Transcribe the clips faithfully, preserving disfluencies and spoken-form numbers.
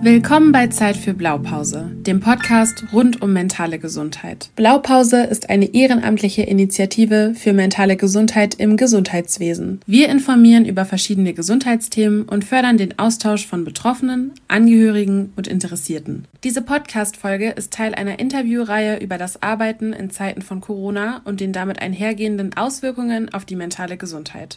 Willkommen bei Zeit für Blaupause, dem Podcast rund um mentale Gesundheit. Blaupause ist eine ehrenamtliche Initiative für mentale Gesundheit im Gesundheitswesen. Wir informieren über verschiedene Gesundheitsthemen und fördern den Austausch von Betroffenen, Angehörigen und Interessierten. Diese Podcast-Folge ist Teil einer Interviewreihe über das Arbeiten in Zeiten von Corona und den damit einhergehenden Auswirkungen auf die mentale Gesundheit.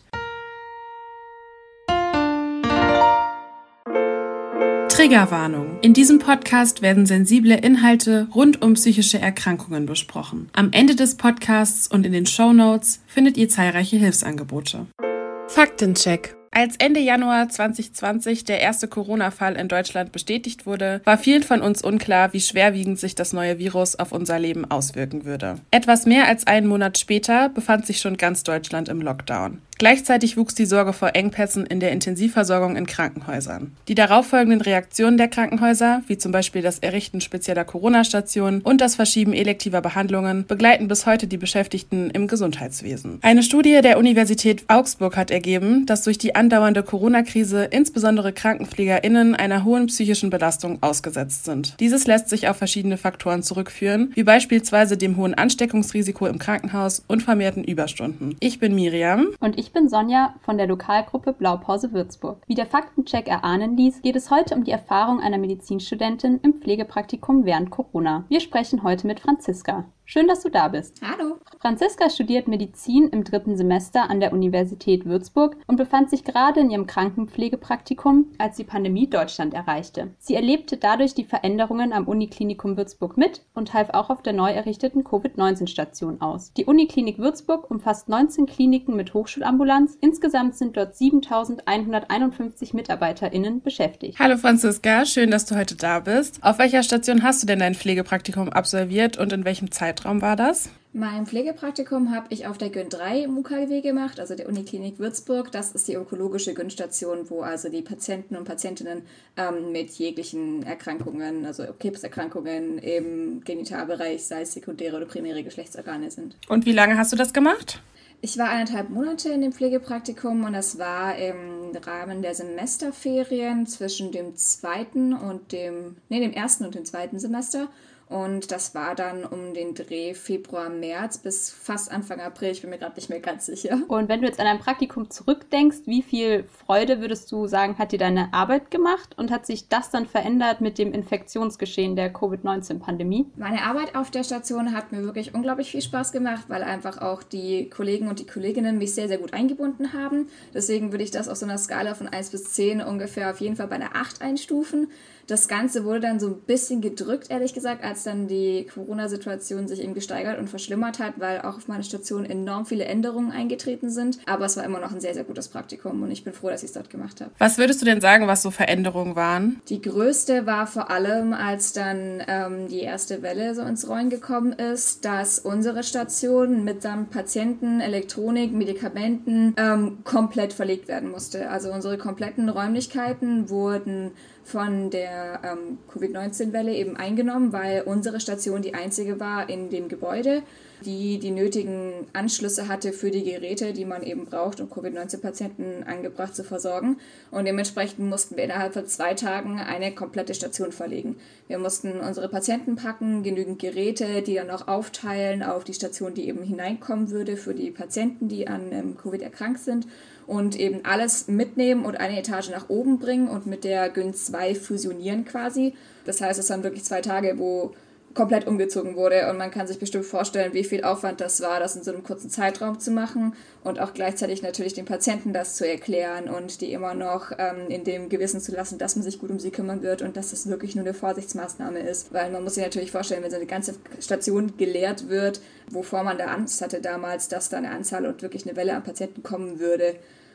Triggerwarnung. In diesem Podcast werden sensible Inhalte rund um psychische Erkrankungen besprochen. Am Ende des Podcasts und in den Shownotes findet ihr zahlreiche Hilfsangebote. Faktencheck. Als Ende Januar zwanzig zwanzig der erste Corona-Fall in Deutschland bestätigt wurde, war vielen von uns unklar, wie schwerwiegend sich das neue Virus auf unser Leben auswirken würde. Etwas mehr als einen Monat später befand sich schon ganz Deutschland im Lockdown. Gleichzeitig wuchs die Sorge vor Engpässen in der Intensivversorgung in Krankenhäusern. Die darauffolgenden Reaktionen der Krankenhäuser, wie zum Beispiel das Errichten spezieller Corona-Stationen und das Verschieben elektiver Behandlungen, begleiten bis heute die Beschäftigten im Gesundheitswesen. Eine Studie der Universität Augsburg hat ergeben, dass durch die andauernde Corona-Krise insbesondere KrankenpflegerInnen einer hohen psychischen Belastung ausgesetzt sind. Dieses lässt sich auf verschiedene Faktoren zurückführen, wie beispielsweise dem hohen Ansteckungsrisiko im Krankenhaus und vermehrten Überstunden. Ich bin Miriam. Und ich bin Sonja von der Lokalgruppe Blaupause Würzburg. Wie der Faktencheck erahnen ließ, geht es heute um die Erfahrung einer Medizinstudentin im Pflegepraktikum während Corona. Wir sprechen heute mit Franziska. Schön, dass du da bist. Hallo. Franziska studiert Medizin im dritten Semester an der Universität Würzburg und befand sich gerade in ihrem Krankenpflegepraktikum, als die Pandemie Deutschland erreichte. Sie erlebte dadurch die Veränderungen am Uniklinikum Würzburg mit und half auch auf der neu errichteten Covid neunzehn Station aus. Die Uniklinik Würzburg umfasst neunzehn Kliniken mit Hochschulambulanz. Insgesamt sind dort siebentausendeinhunderteinundfünfzig MitarbeiterInnen beschäftigt. Hallo Franziska, schön, dass du heute da bist. Auf welcher Station hast du denn dein Pflegepraktikum absolviert und in welchem Zeitraum war das? Mein Pflegepraktikum habe ich auf der G Y drei im U K G W gemacht, also der Uniklinik Würzburg. Das ist die onkologische G Y Station, wo also die Patienten und Patientinnen ähm, mit jeglichen Erkrankungen, also Krebserkrankungen im Genitalbereich, sei es sekundäre oder primäre Geschlechtsorgane sind. Und wie lange hast du das gemacht? Ich war eineinhalb Monate in dem Pflegepraktikum und das war im Rahmen der Semesterferien zwischen dem zweiten und dem, nee, dem ersten und dem zweiten Semester. Und das war dann um den Dreh Februar, März bis fast Anfang April. Ich bin mir gerade nicht mehr ganz sicher. Und wenn du jetzt an dein Praktikum zurückdenkst, wie viel Freude, würdest du sagen, hat dir deine Arbeit gemacht? Und hat sich das dann verändert mit dem Infektionsgeschehen der Covid neunzehn Pandemie? Meine Arbeit auf der Station hat mir wirklich unglaublich viel Spaß gemacht, weil einfach auch die Kollegen und die Kolleginnen mich sehr, sehr gut eingebunden haben. Deswegen würde ich das auf so einer Skala von eins bis zehn ungefähr auf jeden Fall bei einer acht einstufen. Das Ganze wurde dann so ein bisschen gedrückt, ehrlich gesagt, als dann die Corona-Situation sich eben gesteigert und verschlimmert hat, weil auch auf meiner Station enorm viele Änderungen eingetreten sind. Aber es war immer noch ein sehr, sehr gutes Praktikum und ich bin froh, dass ich es dort gemacht habe. Was würdest du denn sagen, was so Veränderungen waren? Die größte war vor allem, als dann ähm, die erste Welle so ins Rollen gekommen ist, dass unsere Station mitsamt Patienten, Elektronik, Medikamenten ähm, komplett verlegt werden musste. Also unsere kompletten Räumlichkeiten wurden von der ähm, Covid neunzehn Welle eben eingenommen, weil unsere Station die einzige war in dem Gebäude, die die nötigen Anschlüsse hatte für die Geräte, die man eben braucht, um Covid neunzehn Patienten angebracht zu versorgen. Und dementsprechend mussten wir innerhalb von zwei Tagen eine komplette Station verlegen. Wir mussten unsere Patienten packen, genügend Geräte, die dann auch aufteilen auf die Station, die eben hineinkommen würde für die Patienten, die an ähm, Covid erkrankt sind. Und eben alles mitnehmen und eine Etage nach oben bringen und mit der G Y zwei fusionieren quasi. Das heißt, es waren wirklich zwei Tage, wo komplett umgezogen wurde und man kann sich bestimmt vorstellen, wie viel Aufwand das war, das in so einem kurzen Zeitraum zu machen und auch gleichzeitig natürlich den Patienten das zu erklären und die immer noch ähm, in dem Gewissen zu lassen, dass man sich gut um sie kümmern wird und dass das wirklich nur eine Vorsichtsmaßnahme ist, weil man muss sich natürlich vorstellen, wenn so eine ganze Station geleert wird, wovor man da Angst hatte damals, dass da eine Anzahl und wirklich eine Welle an Patienten kommen würde.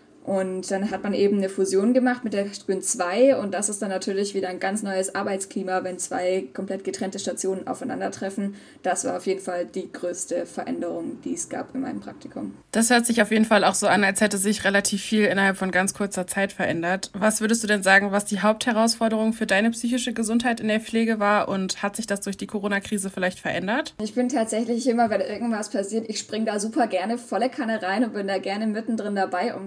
Und dann hat man eben eine Fusion gemacht mit der G Y zwei und das ist dann natürlich wieder ein ganz neues Arbeitsklima, wenn zwei komplett getrennte Stationen aufeinandertreffen. Das war auf jeden Fall die größte Veränderung, die es gab in meinem Praktikum. Das hört sich auf jeden Fall auch so an, als hätte sich relativ viel innerhalb von ganz kurzer Zeit verändert. Was würdest du denn sagen, was die Hauptherausforderung für deine psychische Gesundheit in der Pflege war und hat sich das durch die Corona-Krise vielleicht verändert? Ich bin tatsächlich immer, wenn irgendwas passiert, ich springe da super gerne volle Kanne rein und bin da gerne mittendrin dabei, um das einfach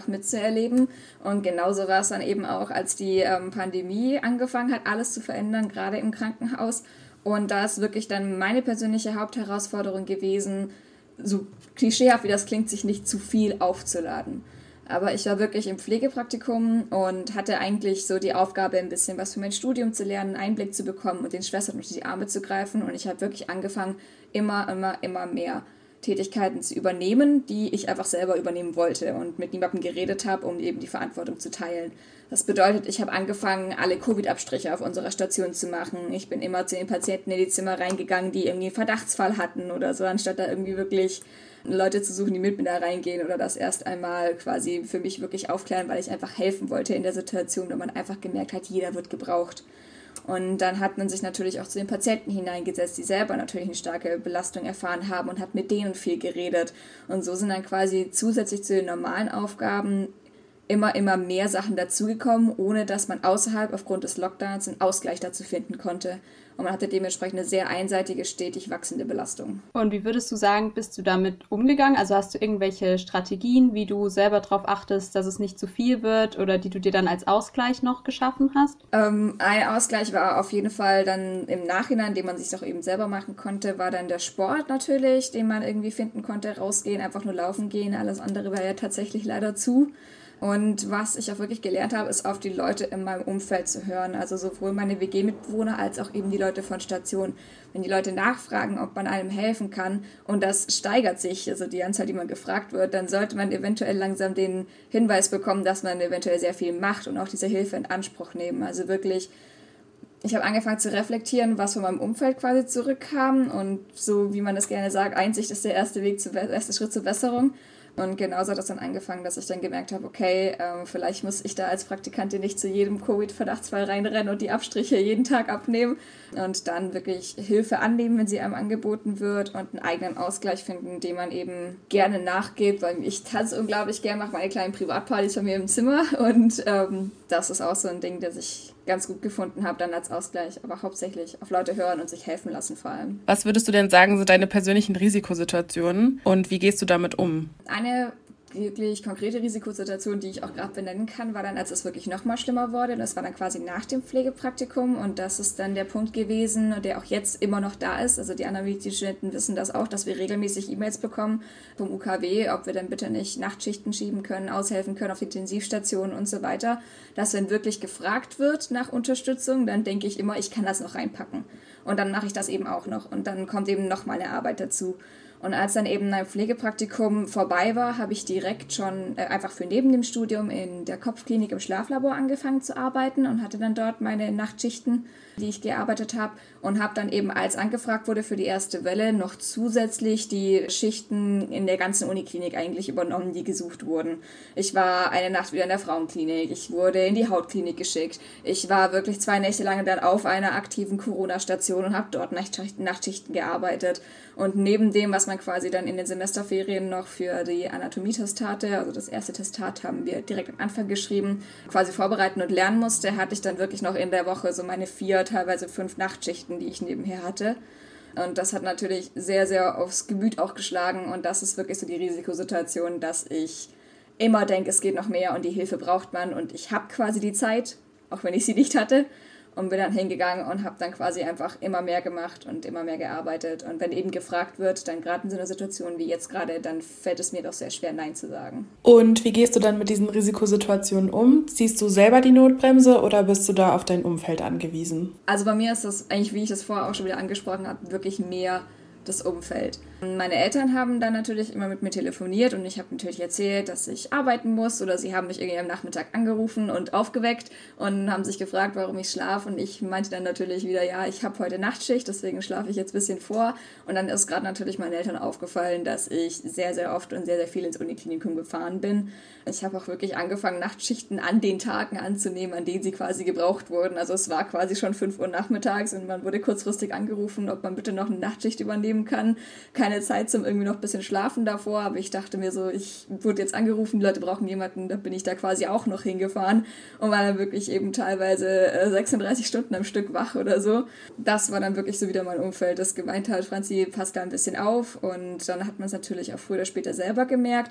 einfach mitzuerleben. Und genauso war es dann eben auch, als die ähm, Pandemie angefangen hat, alles zu verändern, gerade im Krankenhaus. Und da ist wirklich dann meine persönliche Hauptherausforderung gewesen, so klischeehaft wie das klingt, sich nicht zu viel aufzuladen. Aber ich war wirklich im Pflegepraktikum und hatte eigentlich so die Aufgabe, ein bisschen was für mein Studium zu lernen, einen Einblick zu bekommen und den Schwestern unter die Arme zu greifen. Und ich habe wirklich angefangen, immer, immer, immer mehr Tätigkeiten zu übernehmen, die ich einfach selber übernehmen wollte und mit niemandem geredet habe, um eben die Verantwortung zu teilen. Das bedeutet, ich habe angefangen, alle Covid-Abstriche auf unserer Station zu machen. Ich bin immer zu den Patienten in die Zimmer reingegangen, die irgendwie einen Verdachtsfall hatten oder so, anstatt da irgendwie wirklich Leute zu suchen, die mit mir da reingehen oder das erst einmal quasi für mich wirklich aufklären, weil ich einfach helfen wollte in der Situation, weil man einfach gemerkt hat, jeder wird gebraucht. Und dann hat man sich natürlich auch zu den Patienten hineingesetzt, die selber natürlich eine starke Belastung erfahren haben und hat mit denen viel geredet. Und so sind dann quasi zusätzlich zu den normalen Aufgaben immer, immer mehr Sachen dazugekommen, ohne dass man außerhalb aufgrund des Lockdowns einen Ausgleich dazu finden konnte. Und man hatte dementsprechend eine sehr einseitige, stetig wachsende Belastung. Und wie würdest du sagen, bist du damit umgegangen? Also hast du irgendwelche Strategien, wie du selber darauf achtest, dass es nicht zu viel wird oder die du dir dann als Ausgleich noch geschaffen hast? Ähm, ein Ausgleich war auf jeden Fall dann im Nachhinein, den man sich auch eben selber machen konnte, war dann der Sport natürlich, den man irgendwie finden konnte, rausgehen, einfach nur laufen gehen. Alles andere war ja tatsächlich leider zu. Und was ich auch wirklich gelernt habe, ist auf die Leute in meinem Umfeld zu hören. Also sowohl meine W G-Mitbewohner als auch eben die Leute von Station. Wenn die Leute nachfragen, ob man einem helfen kann und das steigert sich, also die Anzahl, die man gefragt wird, dann sollte man eventuell langsam den Hinweis bekommen, dass man eventuell sehr viel macht und auch diese Hilfe in Anspruch nehmen. Also wirklich, ich habe angefangen zu reflektieren, was von meinem Umfeld quasi zurückkam und so, wie man das gerne sagt, Einsicht ist der erste Weg, zu, erste Schritt zur Besserung. Und genauso hat das dann angefangen, dass ich dann gemerkt habe, okay, ähm, vielleicht muss ich da als Praktikantin nicht zu jedem Covid-Verdachtsfall reinrennen und die Abstriche jeden Tag abnehmen und dann wirklich Hilfe annehmen, wenn sie einem angeboten wird und einen eigenen Ausgleich finden, dem man eben gerne nachgeht, weil ich tanze unglaublich gerne, mache meine kleinen Privatpartys bei mir im Zimmer und ähm, das ist auch so ein Ding, das ich ganz gut gefunden habe, dann als Ausgleich, aber hauptsächlich auf Leute hören und sich helfen lassen vor allem. Was würdest du denn sagen, sind deine persönlichen Risikosituationen und wie gehst du damit um? Eine wirklich konkrete Risikosituation, die ich auch gerade benennen kann, war dann, als es wirklich noch mal schlimmer wurde. Das war dann quasi nach dem Pflegepraktikum und das ist dann der Punkt gewesen, der auch jetzt immer noch da ist. Also die anderen Medizinstudenten wissen das auch, dass wir regelmäßig E-Mails bekommen vom U K W, ob wir dann bitte nicht Nachtschichten schieben können, aushelfen können auf Intensivstationen und so weiter. Dass wenn wirklich gefragt wird nach Unterstützung, dann denke ich immer, ich kann das noch reinpacken. Und dann mache ich das eben auch noch und dann kommt eben noch mal eine Arbeit dazu. Und als dann eben mein Pflegepraktikum vorbei war, habe ich direkt schon äh, einfach für neben dem Studium in der Kopfklinik im Schlaflabor angefangen zu arbeiten und hatte dann dort meine Nachtschichten, die ich gearbeitet habe und habe dann eben, als angefragt wurde für die erste Welle, noch zusätzlich die Schichten in der ganzen Uniklinik eigentlich übernommen, die gesucht wurden. Ich war eine Nacht wieder in der Frauenklinik, ich wurde in die Hautklinik geschickt, ich war wirklich zwei Nächte lang dann auf einer aktiven Corona-Station und habe dort Nachtschichten gearbeitet. Und neben dem, was man quasi dann in den Semesterferien noch für die Anatomie-Testate, also das erste Testat haben wir direkt am Anfang geschrieben, quasi vorbereiten und lernen musste, hatte ich dann wirklich noch in der Woche so meine vier, teilweise fünf Nachtschichten, die ich nebenher hatte. Und das hat natürlich sehr, sehr aufs Gemüt auch geschlagen und das ist wirklich so die Risikosituation, dass ich immer denke, es geht noch mehr und die Hilfe braucht man und ich habe quasi die Zeit, auch wenn ich sie nicht hatte. Und bin dann hingegangen und habe dann quasi einfach immer mehr gemacht und immer mehr gearbeitet. Und wenn eben gefragt wird, dann gerade in so einer Situation wie jetzt gerade, dann fällt es mir doch sehr schwer, Nein zu sagen. Und wie gehst du dann mit diesen Risikosituationen um? Ziehst du selber die Notbremse oder bist du da auf dein Umfeld angewiesen? Also bei mir ist das eigentlich, wie ich das vorher auch schon wieder angesprochen habe, wirklich mehr das Umfeld. Meine Eltern haben dann natürlich immer mit mir telefoniert und ich habe natürlich erzählt, dass ich arbeiten muss oder sie haben mich irgendwie am Nachmittag angerufen und aufgeweckt und haben sich gefragt, warum ich schlafe und ich meinte dann natürlich wieder, ja, ich habe heute Nachtschicht, deswegen schlafe ich jetzt ein bisschen vor und dann ist gerade natürlich meinen Eltern aufgefallen, dass ich sehr, sehr oft und sehr, sehr viel ins Uniklinikum gefahren bin. Ich habe auch wirklich angefangen, Nachtschichten an den Tagen anzunehmen, an denen sie quasi gebraucht wurden. Also es war quasi schon fünf Uhr nachmittags und man wurde kurzfristig angerufen, ob man bitte noch eine Nachtschicht übernehmen kann. Keine Zeit zum irgendwie noch ein bisschen schlafen davor, aber ich dachte mir so, ich wurde jetzt angerufen, die Leute brauchen jemanden, da bin ich da quasi auch noch hingefahren und war dann wirklich eben teilweise sechsunddreißig Stunden am Stück wach oder so. Das war dann wirklich so wieder mein Umfeld, das gemeint hat, Franzi, passt da ein bisschen auf und dann hat man es natürlich auch früher oder später selber gemerkt.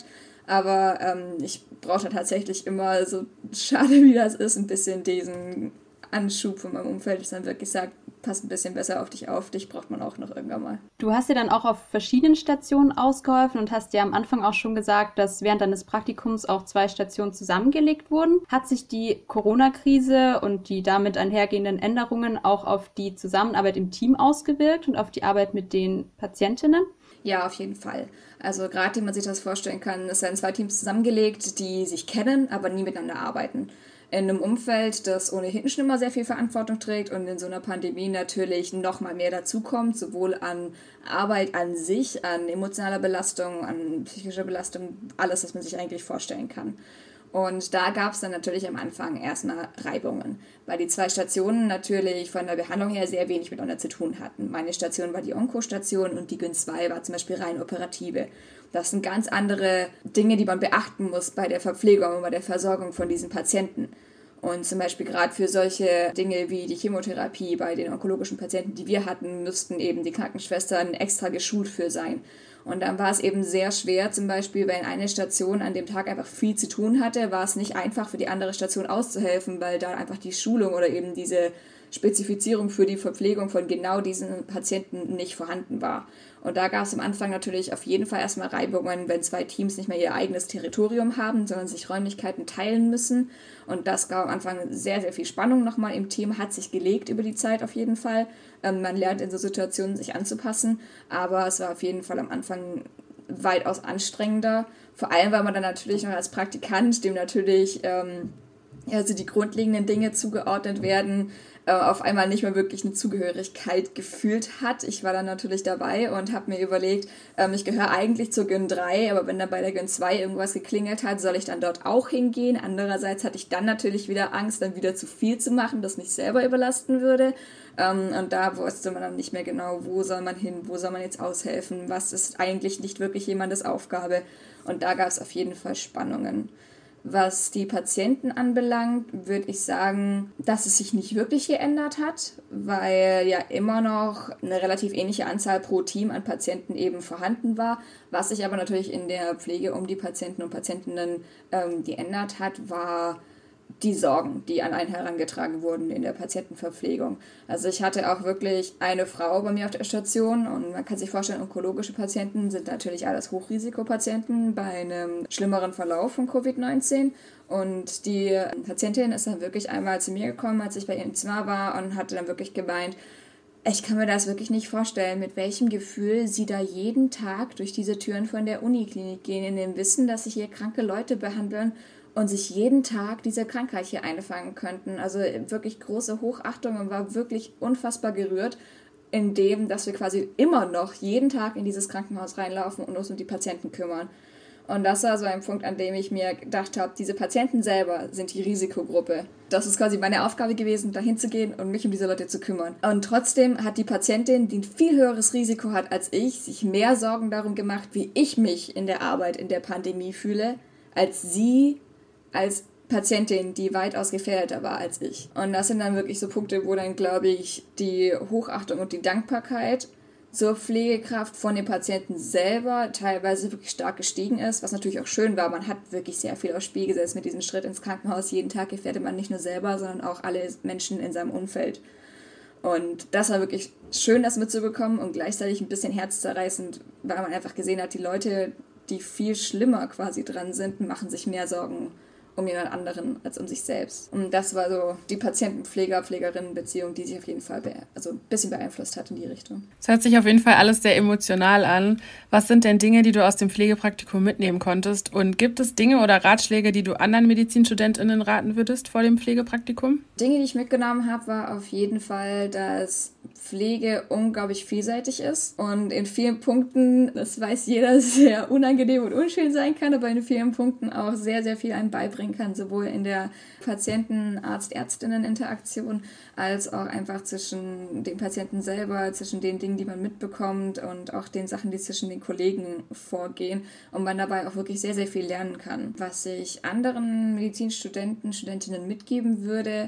Aber ähm, ich brauche tatsächlich immer, so schade wie das ist, ein bisschen diesen Anschub von meinem Umfeld, das dann wirklich sagt, passt ein bisschen besser auf dich auf, dich braucht man auch noch irgendwann mal. Du hast dir dann auch auf verschiedenen Stationen ausgeholfen und hast ja am Anfang auch schon gesagt, dass während deines Praktikums auch zwei Stationen zusammengelegt wurden. Hat sich die Corona-Krise und die damit einhergehenden Änderungen auch auf die Zusammenarbeit im Team ausgewirkt und auf die Arbeit mit den Patientinnen? Ja, auf jeden Fall. Also gerade, wie man sich das vorstellen kann, es werden zwei Teams zusammengelegt, die sich kennen, aber nie miteinander arbeiten. In einem Umfeld, das ohnehin schon immer sehr viel Verantwortung trägt und in so einer Pandemie natürlich noch mal mehr dazukommt, sowohl an Arbeit an sich, an emotionaler Belastung, an psychischer Belastung, alles, was man sich eigentlich vorstellen kann. Und da gab es dann natürlich am Anfang erstmal Reibungen, weil die zwei Stationen natürlich von der Behandlung her sehr wenig miteinander zu tun hatten. Meine Station war die Onkostation und die G Y zwei war zum Beispiel rein operative. Das sind ganz andere Dinge, die man beachten muss bei der Verpflegung und bei der Versorgung von diesen Patienten. Und zum Beispiel gerade für solche Dinge wie die Chemotherapie bei den onkologischen Patienten, die wir hatten, müssten eben die Krankenschwestern extra geschult für sein. Und dann war es eben sehr schwer, zum Beispiel, wenn eine Station an dem Tag einfach viel zu tun hatte, war es nicht einfach für die andere Station auszuhelfen, weil da einfach die Schulung oder eben diese Spezifizierung für die Verpflegung von genau diesen Patienten nicht vorhanden war. Und da gab es am Anfang natürlich auf jeden Fall erstmal Reibungen, wenn zwei Teams nicht mehr ihr eigenes Territorium haben, sondern sich Räumlichkeiten teilen müssen. Und das gab am Anfang sehr, sehr viel Spannung nochmal im Team, hat sich gelegt über die Zeit auf jeden Fall. Ähm, man lernt in so Situationen sich anzupassen, aber es war auf jeden Fall am Anfang weitaus anstrengender. Vor allem, weil man dann natürlich noch als Praktikant, dem natürlich ähm, also die grundlegenden Dinge zugeordnet werden, auf einmal nicht mehr wirklich eine Zugehörigkeit gefühlt hat. Ich war dann natürlich dabei und habe mir überlegt, ähm, ich gehöre eigentlich zur G Y drei, aber wenn dann bei der G Y zwei irgendwas geklingelt hat, soll ich dann dort auch hingehen? Andererseits hatte ich dann natürlich wieder Angst, dann wieder zu viel zu machen, das mich selber überlasten würde. Ähm, und da wusste man dann nicht mehr genau, wo soll man hin, wo soll man jetzt aushelfen, was ist eigentlich nicht wirklich jemandes Aufgabe. Und da gab es auf jeden Fall Spannungen. Was die Patienten anbelangt, würde ich sagen, dass es sich nicht wirklich geändert hat, weil ja immer noch eine relativ ähnliche Anzahl pro Team an Patienten eben vorhanden war. Was sich aber natürlich in der Pflege um die Patienten und Patientinnen ähm, geändert hat, war die Sorgen, die an einen herangetragen wurden in der Patientenverpflegung. Also ich hatte auch wirklich eine Frau bei mir auf der Station und man kann sich vorstellen, onkologische Patienten sind natürlich alles Hochrisikopatienten bei einem schlimmeren Verlauf von Covid neunzehn. Und die Patientin ist dann wirklich einmal zu mir gekommen, als ich bei ihr im Zimmer war und hatte dann wirklich gemeint, ich kann mir das wirklich nicht vorstellen, mit welchem Gefühl sie da jeden Tag durch diese Türen von der Uniklinik gehen, in dem Wissen, dass sich hier kranke Leute behandeln und sich jeden Tag diese Krankheit hier einfangen könnten. Also wirklich große Hochachtung und war wirklich unfassbar gerührt, in dem, dass wir quasi immer noch jeden Tag in dieses Krankenhaus reinlaufen und uns um die Patienten kümmern. Und das war so ein Punkt, an dem ich mir gedacht habe, diese Patienten selber sind die Risikogruppe. Das ist quasi meine Aufgabe gewesen, dahin zu gehen und mich um diese Leute zu kümmern. Und trotzdem hat die Patientin, die ein viel höheres Risiko hat als ich, sich mehr Sorgen darum gemacht, wie ich mich in der Arbeit in der Pandemie fühle, als sie als Patientin, die weitaus gefährdeter war als ich. Und das sind dann wirklich so Punkte, wo dann, glaube ich, die Hochachtung und die Dankbarkeit zur Pflegekraft von den Patienten selber teilweise wirklich stark gestiegen ist, was natürlich auch schön war. Man hat wirklich sehr viel aufs Spiel gesetzt mit diesem Schritt ins Krankenhaus. Jeden Tag gefährdet man nicht nur selber, sondern auch alle Menschen in seinem Umfeld. Und das war wirklich schön, das mitzubekommen und gleichzeitig ein bisschen herzzerreißend, weil man einfach gesehen hat, die Leute, die viel schlimmer quasi dran sind, machen sich mehr Sorgen um jemand anderen als um sich selbst. Und das war so die Patienten-Pfleger-Pflegerinnen-Beziehung, die sich auf jeden Fall be- also ein bisschen beeinflusst hat in die Richtung. Es hört sich auf jeden Fall alles sehr emotional an. Was sind denn Dinge, die du aus dem Pflegepraktikum mitnehmen konntest? Und gibt es Dinge oder Ratschläge, die du anderen MedizinstudentInnen raten würdest vor dem Pflegepraktikum? Dinge, die ich mitgenommen habe, war auf jeden Fall, dass Pflege unglaublich vielseitig ist und in vielen Punkten, das weiß jeder, sehr unangenehm und unschön sein kann, aber in vielen Punkten auch sehr, sehr viel einem beibringen kann, sowohl in der Patienten-Arzt-Ärztinnen-Interaktion als auch einfach zwischen den Patienten selber, zwischen den Dingen, die man mitbekommt und auch den Sachen, die zwischen den Kollegen vorgehen und man dabei auch wirklich sehr, sehr viel lernen kann. Was ich anderen Medizinstudenten, Studentinnen mitgeben würde,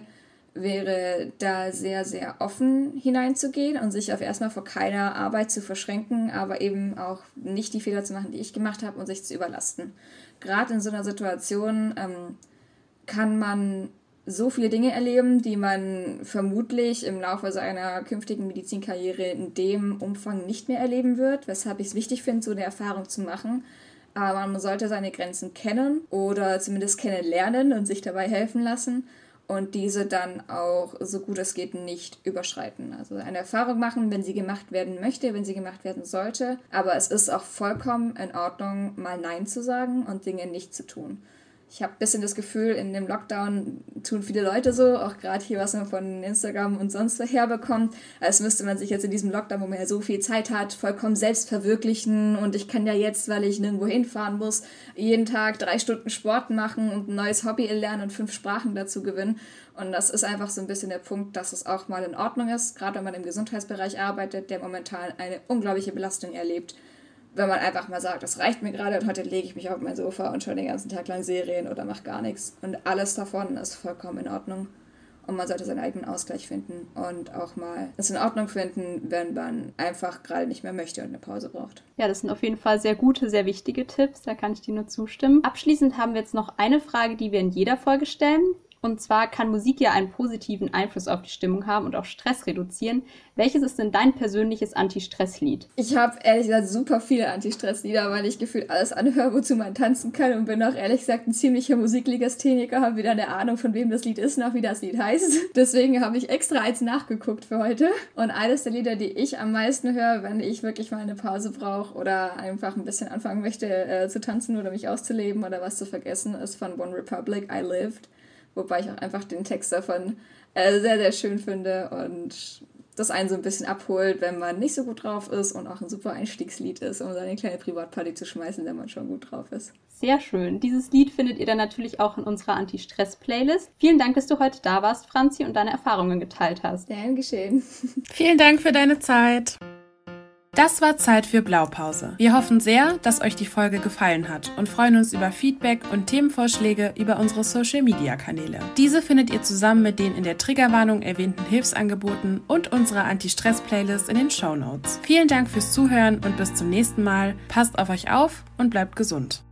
wäre da sehr, sehr offen hineinzugehen und sich auf erstmal vor keiner Arbeit zu verschränken, aber eben auch nicht die Fehler zu machen, die ich gemacht habe und sich zu überlasten. Gerade in so einer Situation ähm, kann man so viele Dinge erleben, die man vermutlich im Laufe seiner künftigen Medizinkarriere in dem Umfang nicht mehr erleben wird, weshalb ich es wichtig finde, so eine Erfahrung zu machen. Aber man sollte seine Grenzen kennen oder zumindest kennenlernen und sich dabei helfen lassen und diese dann auch, so gut es geht, nicht überschreiten. Also eine Erfahrung machen, wenn sie gemacht werden möchte, wenn sie gemacht werden sollte. Aber es ist auch vollkommen in Ordnung, mal Nein zu sagen und Dinge nicht zu tun. Ich habe ein bisschen das Gefühl, in dem Lockdown tun viele Leute so, auch gerade hier, was man von Instagram und sonst woher bekommt, als müsste man sich jetzt in diesem Lockdown, wo man ja so viel Zeit hat, vollkommen selbst verwirklichen und ich kann ja jetzt, weil ich nirgendwo hinfahren muss, jeden Tag drei Stunden Sport machen und ein neues Hobby lernen und fünf Sprachen dazu gewinnen. Und das ist einfach so ein bisschen der Punkt, dass es auch mal in Ordnung ist, gerade wenn man im Gesundheitsbereich arbeitet, der momentan eine unglaubliche Belastung erlebt. Wenn man einfach mal sagt, das reicht mir gerade und heute lege ich mich auf mein Sofa und schaue den ganzen Tag lang Serien oder mache gar nichts. Und alles davon ist vollkommen in Ordnung. Und man sollte seinen eigenen Ausgleich finden und auch mal es in Ordnung finden, wenn man einfach gerade nicht mehr möchte und eine Pause braucht. Ja, das sind auf jeden Fall sehr gute, sehr wichtige Tipps. Da kann ich dir nur zustimmen. Abschließend haben wir jetzt noch eine Frage, die wir in jeder Folge stellen. Und zwar kann Musik ja einen positiven Einfluss auf die Stimmung haben und auch Stress reduzieren. Welches ist denn dein persönliches Anti-Stress-Lied? Ich habe ehrlich gesagt super viele Anti-Stress-Lieder, weil ich gefühlt alles anhöre, wozu man tanzen kann und bin auch ehrlich gesagt ein ziemlicher Musiklegastheniker, habe wieder eine Ahnung, von wem das Lied ist und auch wie das Lied heißt. Deswegen habe ich extra eins nachgeguckt für heute. Und eines der Lieder, die ich am meisten höre, wenn ich wirklich mal eine Pause brauche oder einfach ein bisschen anfangen möchte äh, zu tanzen oder mich auszuleben oder was zu vergessen, ist von One Republic, I Lived. Wobei ich auch einfach den Text davon äh, sehr, sehr schön finde und das einen so ein bisschen abholt, wenn man nicht so gut drauf ist und auch ein super Einstiegslied ist, um seine kleine Privatparty zu schmeißen, wenn man schon gut drauf ist. Sehr schön. Dieses Lied findet ihr dann natürlich auch in unserer Anti-Stress-Playlist. Vielen Dank, dass du heute da warst, Franzi, und deine Erfahrungen geteilt hast. Gern geschehen. Vielen Dank für deine Zeit. Das war Zeit für Blaupause. Wir hoffen sehr, dass euch die Folge gefallen hat und freuen uns über Feedback und Themenvorschläge über unsere Social-Media-Kanäle. Diese findet ihr zusammen mit den in der Triggerwarnung erwähnten Hilfsangeboten und unserer Anti-Stress-Playlist in den Shownotes. Vielen Dank fürs Zuhören und bis zum nächsten Mal. Passt auf euch auf und bleibt gesund.